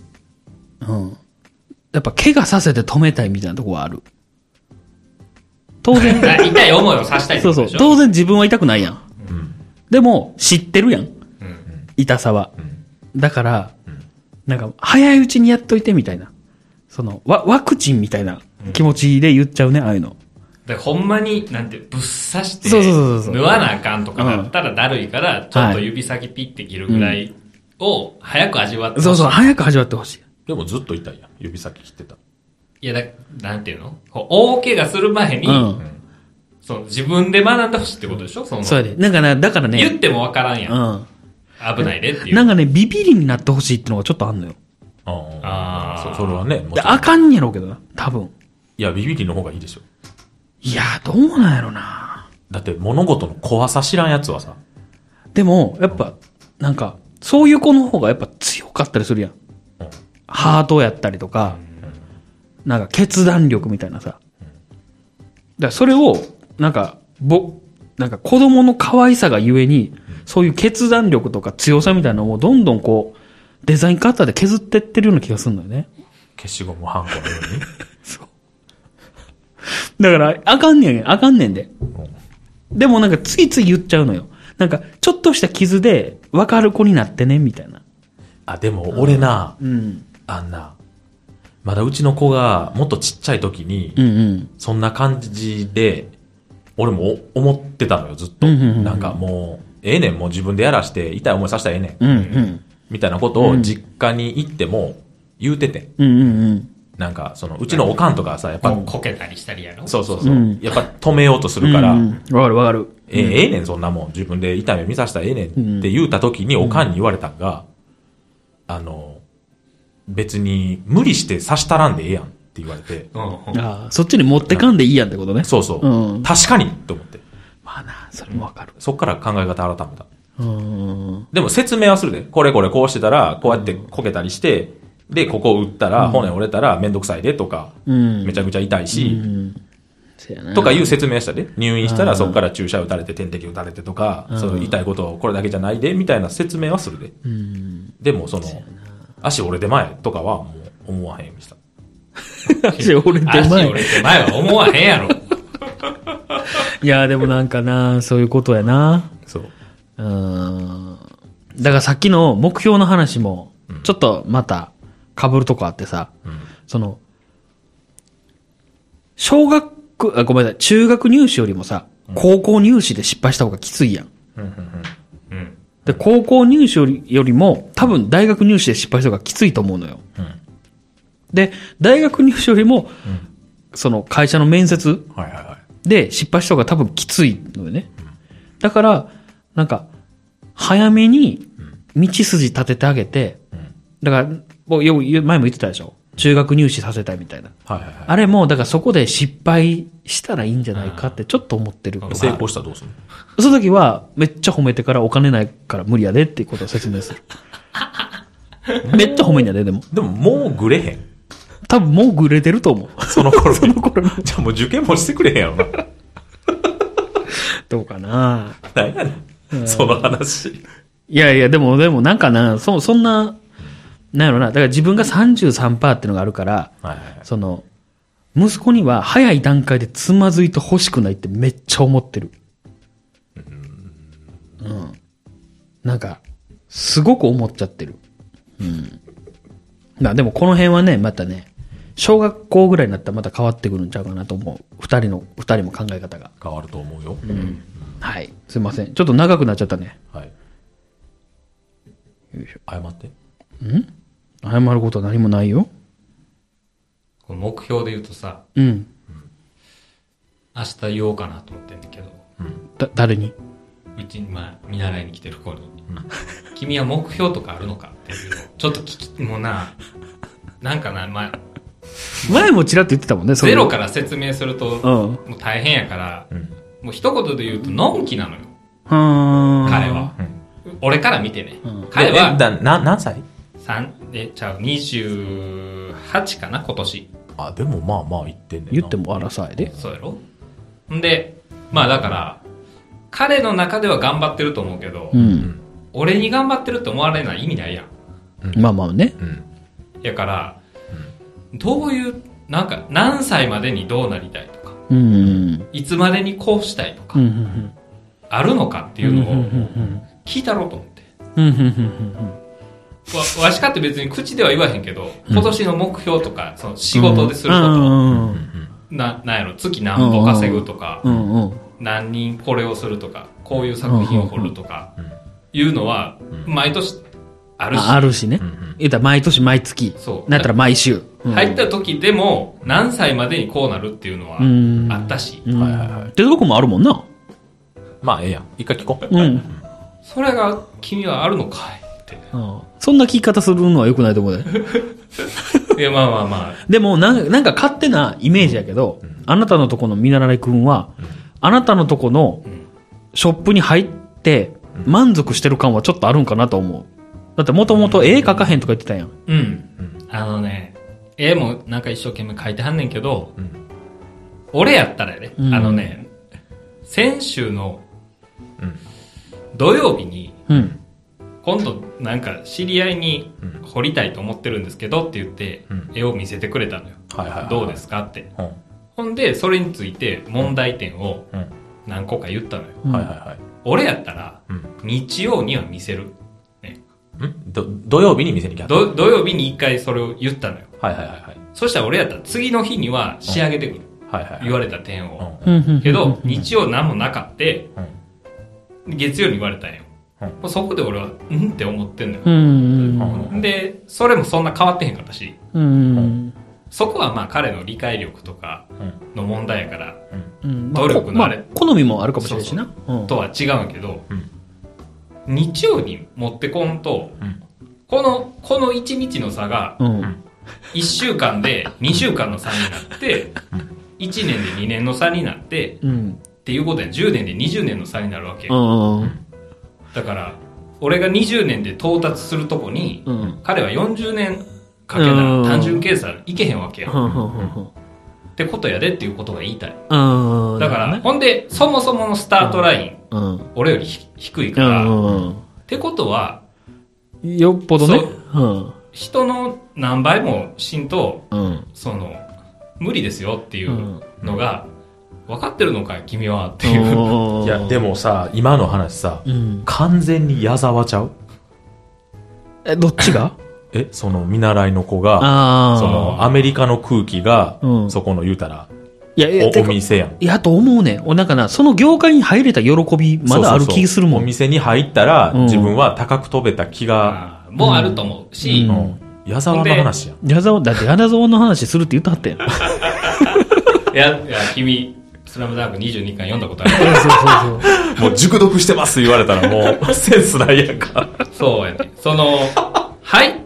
やっぱ怪我させて止めたいみたいなとこはある。当然。 痛い思いをさせたいってことでしょ？ 当然自分は痛くないやん。でも、知ってるやん。痛さは。だから、早いうちにやっといてみたいな。ワクチンみたいな気持ちで言っちゃうね、ああいうの。 でほんまに、なんて、ぶっ刺して、縫わなあかんとかだったらだるいから、ちょっと指先ピッて切るぐらいを早く味わってほしい。 そうそう、早く味わってほしい。 でもずっと痛いやん、指先切ってた。 いや、なんていうの？大怪我する前に、そう、自分で学んでほしいってことでしょ？ そうやで。なんかね、だからね。 言ってもわからんやん。危ないでっていう。 なんかね、ビビりになってほしいってのがちょっとあんのよ。 それはね。 あかんやろうけどな、多分。 いや、ビビりの方がいいでしょ。 いや、どうなんやろな。 だって物事の怖さ知らんやつはさ。 でも、やっぱ、なんか、そういう子の方がやっぱ強かったりするやん。ハートやったりとか、なんか決断力みたいなさ。だからそれを、なんか子供の可愛さがゆえに、そういう決断力とか強さみたいなのをどんどんこう、デザインカッターで削ってってるような気がするんだよね。 消しゴムハンコのように。 そう。だから、あかんねんで。でもなんかついつい言っちゃうのよ。なんか、ちょっとした傷で分かる子になってね、みたいな。 あ、でも俺な、まだうちの子がもっとちっちゃい時に、そんな感じで、俺も思ってたのよ、ずっと。なんかもう、ええねん、もう自分でやらして、痛い思いさせたらええねん。みたいなことを実家に行っても言うてて。なんか、うちのおかんとかさ、やっぱ。 こけたりしたりやろ？ そう。やっぱ止めようとするから。 わかる。 ええねん、そんなもん。自分で痛い目見させたらええねんって言うた時におかんに言われたんが、別に無理して刺したらんでええやんって言われて。 そっちに持ってかんでいいやんってことね。 そうそう。確かにって思って。 まあな、それもわかる。 そっから考え方改めた。でも説明はするで。これこうしてたら、こうやってこけたりして、で、ここ打ったら、骨折れたらめんどくさいでとか、めちゃくちゃ痛いし、とかいう説明したで。入院したらそこから注射打たれて点滴打たれてとか、そういう痛いことこれだけじゃないで、みたいな説明はするで。でも足折れて前とかはもう思わへんようにした。 足折れて前は思わへんやろ。 いや、でもなんかな、そういうことやな。 そう。 だからさっきの目標の話も、ちょっとまた被るとこあってさ、ごめんなさい、中学入試よりもさ、高校入試で失敗した方がきついやん。で、高校入試よりも、多分大学入試で失敗した方がきついと思うのよ。で、大学入試よりも、会社の面接で失敗した方が多分きついのよね。だから、なんか、早めに道筋立ててあげて、だから、前も言ってたでしょ。中学入試させたいみたいな。あれも、だからそこで失敗したらいいんじゃないかってちょっと思ってる。 成功したらどうするの？ その時は、めっちゃ褒めてからお金ないから無理やでっていうことを説明する。めっちゃ褒めんやで、でも。 でももうグレへん。 多分もうグレてると思う。 その頃に。じゃあもう受験もしてくれへんやろな。 どうかな。 何やねん。その話。 いや、でもなんかな、そんな、なんやろな。だから自分が 33% っていうのがあるから、息子には早い段階でつまずいて欲しくないってめっちゃ思ってる。なんか、すごく思っちゃってる。でもこの辺はね、またね、小学校ぐらいになったらまた変わってくるんちゃうかなと思う。二人も考え方が。 変わると思うよ。 はい。すいません。ちょっと長くなっちゃったね。 はい。よいしょ。謝って。 謝ることは何もないよ。 この目標で言うとさ、 明日言おうかなと思ってんだけど。誰に？ うちに見習いに来てる子に、君は目標とかあるのかっていうのをちょっともうなんかな、 前もちらっと言ってたもんね。 ゼロから説明するともう大変やから、もう一言で言うとのんきなのよ。彼は、俺から見てね。彼は何歳 ？28かな、今年。 あ、でもまあ言ってんねんな。 言っても荒さやで。 そうやろ。んで、だから、彼の中では頑張ってると思うけど、俺に頑張ってるって思われない意味ないやん。 まあね。 やから、どういう、なんか、何歳までにどうなりたいとか、いつまでにこうしたいとか、あるのかっていうのを聞いたろうと思って。わしかって別に口では言わへんけど、今年の目標とか、その仕事ですること、 なんやろ、月何歩稼ぐとか、何人これをするとか、こういう作品を掘るとか、いうのは、毎年あるし。 あるしね。言ったら毎年毎月。そう。なったら毎週。 入った時でも、何歳までにこうなるっていうのはあったし。はいはいはい。ってとこもあるもんな。 まあ、ええやん。一回聞こう。 それが、君はあるのかいって。 そんな聞き方するのは良くないと思うで。 いや、まあまあまあ。 でもなんか勝手なイメージやけど、あなたのとこの見習いくんは、あなたのとこのショップに入って満足してる感はちょっとあるんかなと思う。だってもともと絵描かへんとか言ってたやん。 うん。絵もなんか一生懸命描いてはんねんけど、俺やったらね、先週の土曜日に、今度なんか知り合いに彫りたいと思ってるんですけどって言って絵を見せてくれたのよ。どうですかって。ほんでそれについて問題点を何個か言ったのよ。俺やったら日曜には見せる。 土曜日に見せに来た。 土曜日に一回それを言ったのよ。そしたら俺やったら次の日には仕上げてくる。言われた点を。けど日曜何もなかって、月曜に言われたんよ。そこで俺は、って思ってんのよ。で、それもそんな変わってへんかったし、そこはまあ彼の理解力とかの問題やから、努力のあれ、 好みもあるかもしれないしな。 とは違うんけど、日曜に持ってこんと、この1日の差が、1週間で2週間の差になって、1年で2年の差になって、っていうことで10年で20年の差になるわけよ。だから俺が20年で到達するとこに、彼は40年かけたら単純計算いけへんわけや、ってことやでっていうことが言いたい。だから、ほんでそもそものスタートライン、俺より低いから、ってことはよっぽどね、 人の何倍もしんと、無理ですよっていうのが分かってるのかい君はっていう。 いやでもさ、今の話さ、完全に矢沢ちゃう？ どっちが？ その見習いの子が、そのアメリカの空気が、そこの言うたら、お店やん。 いや、と思うねん。なんかな、その業界に入れた喜び、まだある気するもん。 お店に入ったら、自分は高く飛べた気が。 もうあると思うし、 矢沢の話やん。 だって矢沢の話するって言ったはったやん。 いや、君、スラムダンク22巻読んだことある。 もう熟読してます言われたらもうセンスないやんか。 そうやね。入って、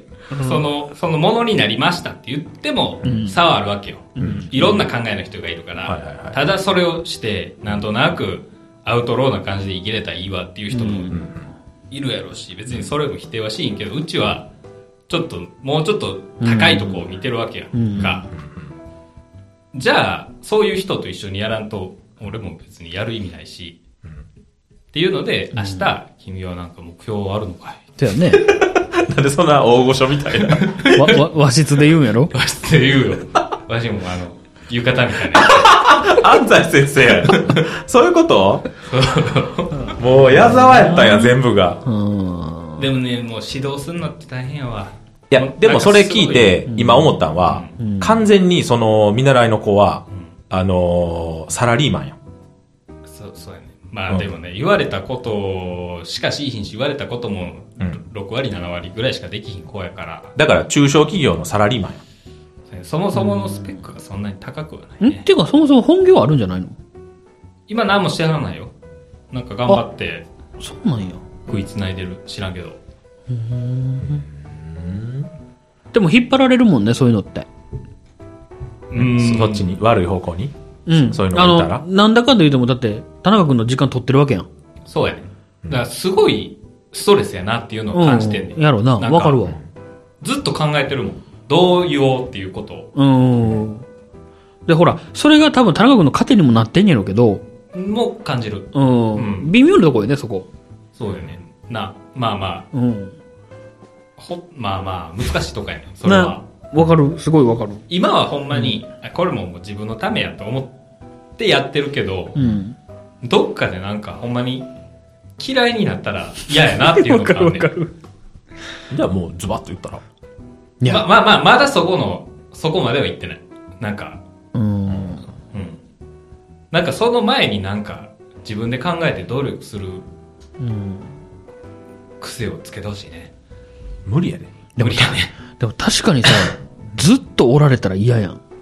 そのものになりましたって言っても、差はあるわけよ。いろんな考えの人がいるから、ただそれをして、なんとなくアウトローな感じで生きれたらいいわっていう人もいるやろうし、別にそれも否定はしんけど、うちは、もうちょっと高いとこを見てるわけやんか。じゃあ、そういう人と一緒にやらんと、俺も別にやる意味ないし、っていうので、明日、君はなんか目標あるのかいだよね。 なんでそんな大御所みたいな。 和室で言うんやろ？ 和室で言うよ。わしも浴衣みたいな。 安西先生や。そういうこと？もう矢沢やったんや、全部が。 でもね、もう指導するのって大変やわ。 いや、でもそれ聞いて、今思ったんは、完全にその見習いの子は、サラリーマンや。 そうやね。まあでもね、言われたことしかしいひんし、言われたことも6割、7割ぐらいしかできひん子やから。 だから中小企業のサラリーマンや。そもそものスペックがそんなに高くはないね。 っていうかそもそも本業あるんじゃないの？ 今何もしてはらないよ。なんか頑張って。 そうなんや。 食いつないでる。知らんけど。 でも引っ張られるもんね、そういうのって。 そっちに、悪い方向に。そういうのがいたら。 なんだかんだ言うても、だって、田中君の時間取ってるわけやん。 そうやね。だからすごいストレスやなっていうのを感じてんねん。 やろうな。わかるわ。 ずっと考えてるもん。どう言おうっていうことを。 で、ほら、それが多分田中君の糧にもなってんやろうけど。 もう感じる。 微妙なとこよね、そこ。 そうよね。まあまあ。まあまあ、難しいとこやねん。それは。 わかる。すごいわかる。 今はほんまに、これももう自分のためやと思ってやってるけど、どっかでなんかほんまに嫌いになったら嫌やなっていうのがあるねん。 じゃあもうズバッと言ったら。 まあまだそこまでは言ってない。なんか、 なんかその前になんか自分で考えて努力する癖をつけてほしいね。 無理やね。 無理やね。 でも確かにさ、ずっとおられたら嫌やん。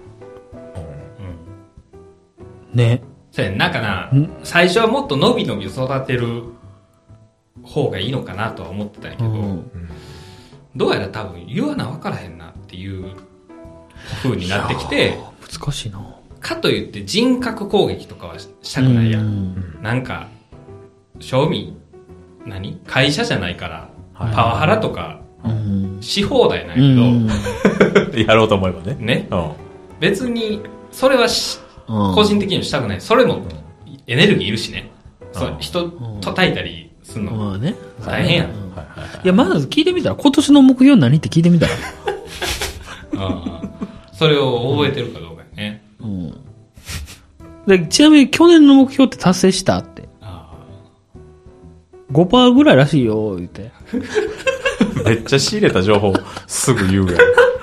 ね。 そうやね。なんかな、最初はもっと伸び伸び育てる方がいいのかなとは思ってたんやけど、どうやら多分言わな分からへんなっていう風になってきて、 難しいな。 かといって人格攻撃とかはしたくないやん。なんか、賞味、会社じゃないから、パワハラとか、し放題なんやけど、 やろうと思えばね。 ね。別に、それは個人的にはしたくない。それもエネルギーいるしね。人叩いたりするの。大変やん。いや、まず聞いてみたら、今年の目標何って聞いてみたら。 それを覚えてるかどうかね。 で、ちなみに去年の目標って達成したって。5% ぐらいらしいよ、言って。 めっちゃ仕入れた情報すぐ言うやん。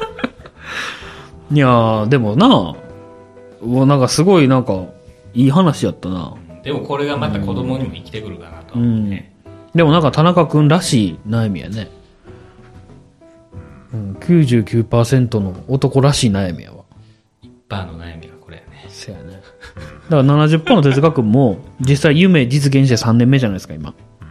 いやー、でもな、なんかすごいなんか、いい話やったな。 でもこれがまた子供にも生きてくるかなと思うね。 でもなんか田中くんらしい悩みやね。99% の男らしい悩みやわ。 1% の悩みがこれやね。 そうやね。だから 70% の哲学君も、実際夢実現して3年目じゃないですか、今。だ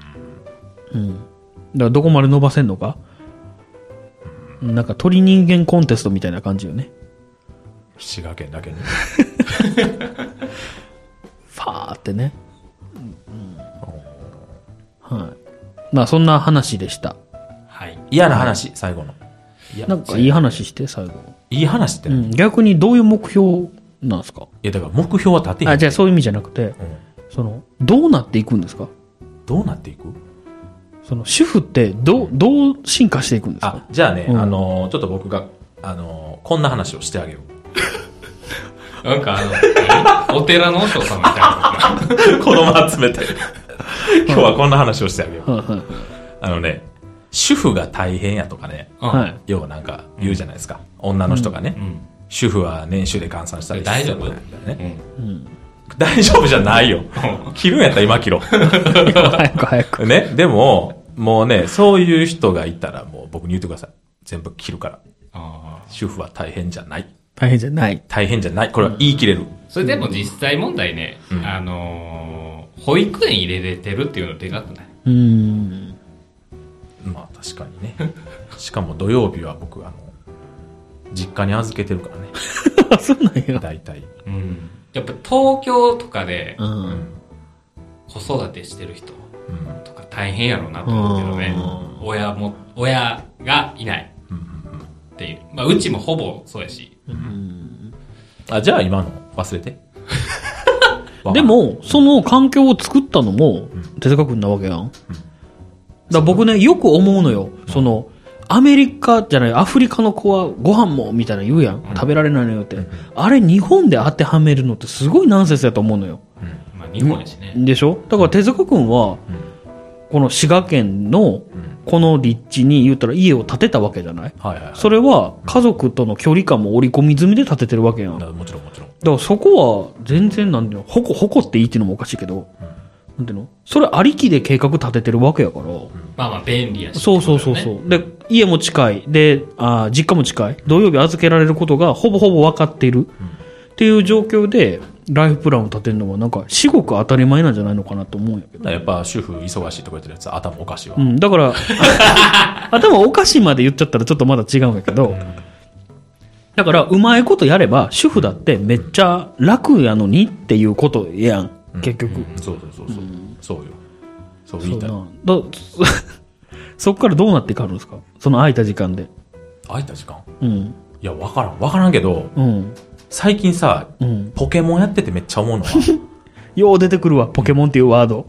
からどこまで伸ばせんのか。なんか鳥人間コンテストみたいな感じよね。 滋賀県だけに。 ファーってね。はい。まあそんな話でした。 はい。 嫌な話、最後の。 なんかいい話して、最後。 いい話って、 逆にどういう目標なんですか？ いや、だから目標は立てへん。 じゃあそういう意味じゃなくて、どうなっていくんですか？ どうなっていく？ 主婦ってどう進化していくんですか？ じゃあね、ちょっと僕が、こんな話をしてあげよう。なんかお寺の和尚さんみたいな。 子供集めて。今日はこんな話をしてあげよう。主婦が大変やとかね、要はなんか言うじゃないですか。女の人がね、主婦は年収で換算したり大丈夫？ 大丈夫じゃないよ。切るんやったら今切ろう。 早く。 ね、でも、もうね、そういう人がいたらもう僕に言ってください。全部切るから。主婦は大変じゃない。 大変じゃない。 大変じゃない。これは言い切れる。 それでも実際問題ね、保育園入れれてるっていうのでかくない？ まあ確かにね。しかも土曜日は僕実家に預けてるからね。 そうなんや。 大体。 やっぱ東京とかで子育てしてる人とか大変やろうなと思うけどね。親がいないっていう。まあうちもほぼそうやし。 じゃあ今の忘れて。 でもその環境を作ったのも手塚くんなわけやん。だ僕ね、よく思うのよ。アメリカじゃない、アフリカの子はご飯もみたいな言うやん。食べられないのよって。あれ日本で当てはめるのってすごいナンセンスやと思うのよ。 まあ日本やしね。 でしょ？だから手塚くんは、この滋賀県のこの立地に言ったら家を建てたわけじゃない？それは家族との距離感も織り込み済みで建ててるわけやん。 もちろん。だからそこは全然なんだよ。ほこっていいっていうのもおかしいけど。なんていうの？それありきで計画立ててるわけやから。 まあ便利やし。 そう。で、家も近い。で、実家も近い。土曜日預けられることがほぼ分かっている。っていう状況で、ライフプランを立てるのはなんか、至極当たり前なんじゃないのかなと思うんやけど。 やっぱ主婦忙しいとか言ってるやつは頭おかしいわ。 だから、頭おかしいまで言っちゃったらちょっとまだ違うんやけど、だから、うまいことやれば、主婦だってめっちゃ楽やのにっていうことやん。結局。 そうよ。そう言いたい。 そっからどうなって変わるんですか？その空いた時間で。 空いた時間？いや、わからんけど、最近さ、ポケモンやっててめっちゃ思うのは。 よう出てくるわ、ポケモンっていうワード。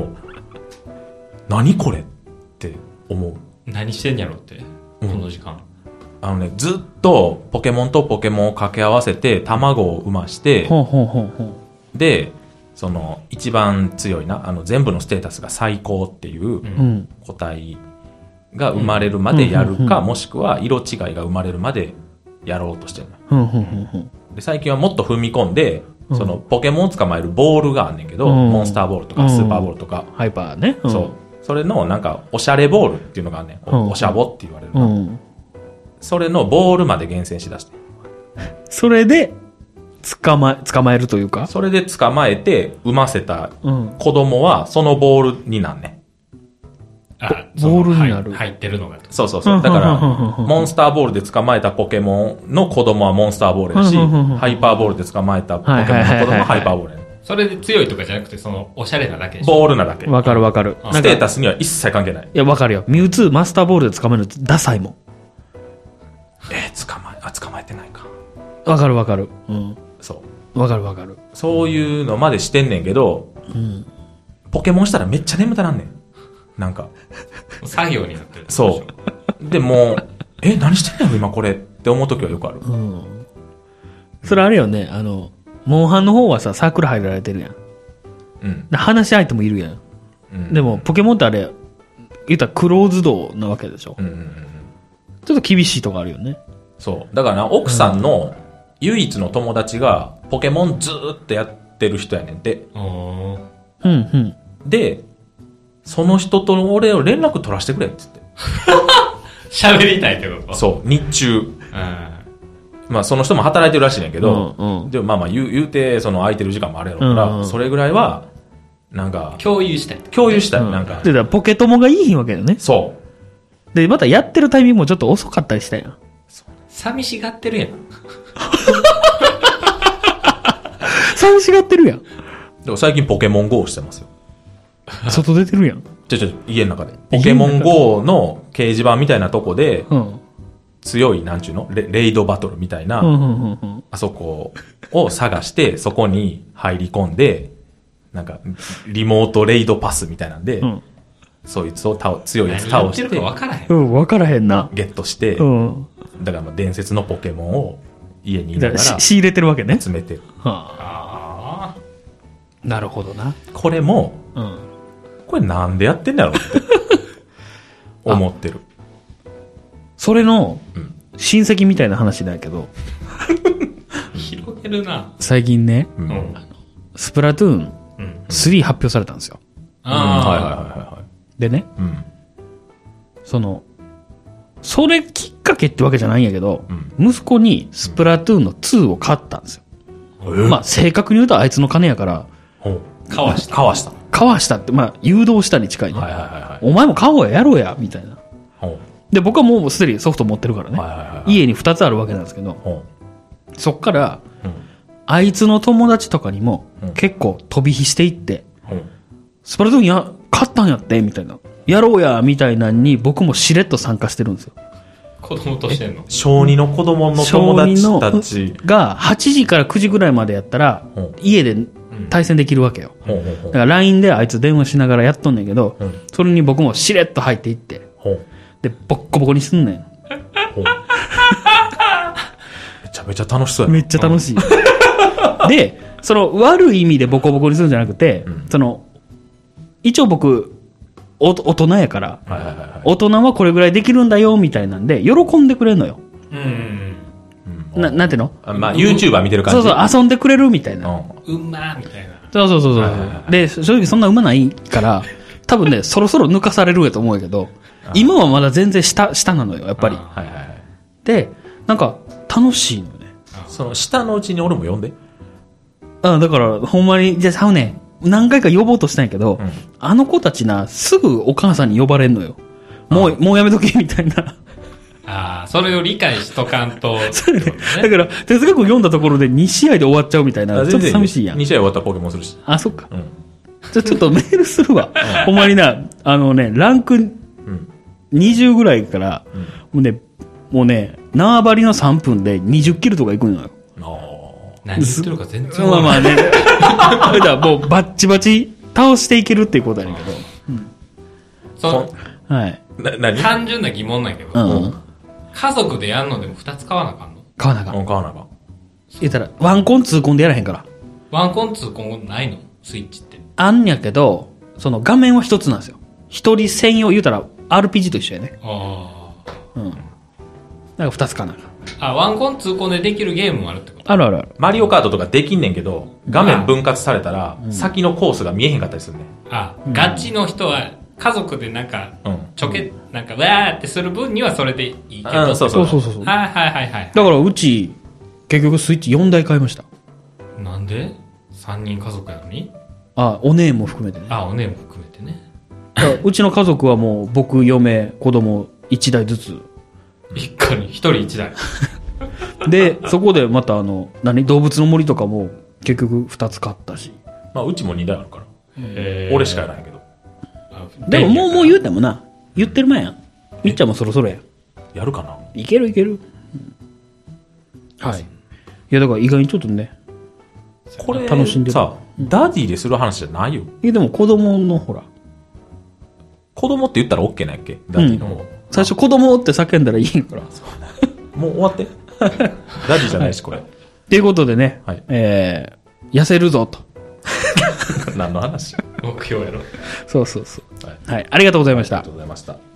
何これって思う。 何してんやろって、この時間。 ずっとポケモンとポケモンを掛け合わせて、卵を産まして、で、一番強いな、全部のステータスが最高っていう個体が生まれるまでやるか、もしくは色違いが生まれるまでやろうとしてるの。で、最近はもっと踏み込んで、 そのポケモンを捕まえるボールがあんねんけど、モンスターボールとかスーパーボールとか。 ハイパーね。 そう。それのなんか、おしゃれボールっていうのがあんねん。おしゃぼって言われる。それのボールまで厳選しだして。 それで、捕まえるというかそれで捕まえて、産ませた子供は、そのボールになんねん。 ボールになる。 入ってるのが。 そうそうそう。だから、モンスターボールで捕まえたポケモンの子供はモンスターボールやし、ハイパーボールで捕まえたポケモンの子供はハイパーボールや。 それで強いとかじゃなくて、その、おしゃれなだけでしょ。 ボールなだけ。 わかるわかる。 ステータスには一切関係ない。 いや、わかるよ。ミュウツーマスターボールで捕まえるのダサいもん。 捕まえてないか。 わかるわかる。うん。 そう。 わかるわかる。 そういうのまでしてんねんけど、ポケモンしたらめっちゃ眠たなんねん。なんか。 作業になってる。 そう。でも、何してんの今これって思う時はよくある。 それあれよね、モンハンの方はさ、サークル入られてるやん。話し相手もいるやん。でも、ポケモンってあれ、言ったらクローズドなわけでしょ。ちょっと厳しいとこあるよね。 そう。だからな、奥さんの唯一の友達が、ポケモンずーっとやってる人やねんて。で、その人と俺を連絡取らせてくれって言って。 喋りたいってことそう、日中。まあその人も働いてるらしいねんけど、でもまあ言うて、その空いてる時間もあるやろから、それぐらいは、なんか、 共有したい。 なんか。 で、ポケ友がいいひんわけよね。 そう。 で、またやってるタイミングもちょっと遅かったりしたやん。 寂しがってるやん。 寂しがってるやん。 でも最近ポケモン GO してますよ。 外出てるやん。 家の中で。ポケモン GO の掲示板みたいなとこで、強い、なんちゅうのレイドバトルみたいな、あそこを探して、そこに入り込んで、なんか、リモートレイドパスみたいなんで、そいつを強いやつ倒して、 分からへん。分からへんな。 ゲットして、だから伝説のポケモンを家にいながら仕入れてるわけね。 集めてる。 なるほどな。 これも、これなんでやってんだろうって思ってる。 それの親戚みたいな話だけど広げるな。 最近ね、スプラトゥーン3発表されたんですよ。でね、それきっかけってわけじゃないんやけど、息子にスプラトゥーンの2を買ったんですよ。まあ正確に言うとあいつの金やからかわしたって、まあ誘導したに近いね。お前も買おうやろうやみたいな。で、僕はもうすでにソフト持ってるからね。家に2つあるわけなんですけど、そっから、あいつの友達とかにも結構飛び火していって、スプラトゥーン買ったんやってみたいな。やろうやみたいなのに僕もしれっと参加してるんですよ。 子供としてんの小2の子供の友達たちが8時から9時ぐらいまでやったら、家で対戦できるわけよ。だから LINE であいつ電話しながらやっとんねんけど、それに僕もしれっと入っていって、で、ボッコボコにすんねん。めちゃめちゃ楽しそうや。 めっちゃ楽しい。で、その悪い意味でボコボコにするんじゃなくて、一応僕、大人やから、大人はこれぐらいできるんだよ、みたいなんで、喜んでくれるのよ。なんていうのまあ、YouTuber 見てる感じ。 そう、遊んでくれるみたいな。 うんまーみたいな。 そう。で、正直そんなうまないから、多分ね、そろそろ抜かされるやと思うけど、今はまだ全然下なのよ、やっぱり。で、なんか、楽しいのよね。 その、下のうちに俺も呼んで。 だから、ほんまに、じゃあね、何回か呼ぼうとしたんやけど、あの子たちな、すぐお母さんに呼ばれんのよ。もうやめとけ、みたいな。 それを理解しとかんと。 だから、哲学読んだところで2試合で終わっちゃうみたいな、ちょっと寂しいやん。 2試合終わったらポケモンするし。 そっか。ちょっとメールするわ。ほんまにな、ランク20ぐらいから、もうね、縄張りの3分で20キルとか行くのよ。 何言ってるか全然まあね。もうバッチバチ倒していけるっていうことやねんけど。はい。 単純な疑問なんやけど、家族でやんのでも2つ買わなあかんの？ 買わなあかん。 買わなあかん。 言ったら、ワンコンツーコンでやらへんから。 ワンコンツーコンないの？スイッチって。 あんやけど、その画面は一つなんですよ。一人専用言うたら RPG と一緒やね。だから2つ買わなあかん。 ワンコン、ツーコンでできるゲームもあるってこと？ あるあるある。 マリオカートとかできんねんけど、画面分割されたら、先のコースが見えへんかったりするね。 ガチの人は、家族でなんか、なんか、わーってする分にはそれでいいけど。 そう。はい。だからうち、結局スイッチ4台買いました。 なんで ?3 人家族やのに？ お姉も含めてね。 お姉も含めてね。 うちの家族はもう、僕、嫁、子供、1台ずつ。 一家に1人1台。 で、そこでまた動物の森とかも結局2つ買ったし。 まあ、うちも2台あるから。俺しかやらへんけど。 でももう言うてもな、言ってる前やん。みっちゃんもそろそろやん。 やるかな？ いける。はい。いや、だから意外にちょっとね、 これ、 楽しんでる。 さ、ダディでする話じゃないよ。 でも子供のほら。 子供って言ったら OK なんやっけ？ダディの方。 最初子供って叫んだらいいんから。 もう終わって。ダディじゃないし、これ。 ということでね、痩せるぞと。 何の話？ 目標やろ。 そう。はい。ありがとうございました。 ありがとうございました。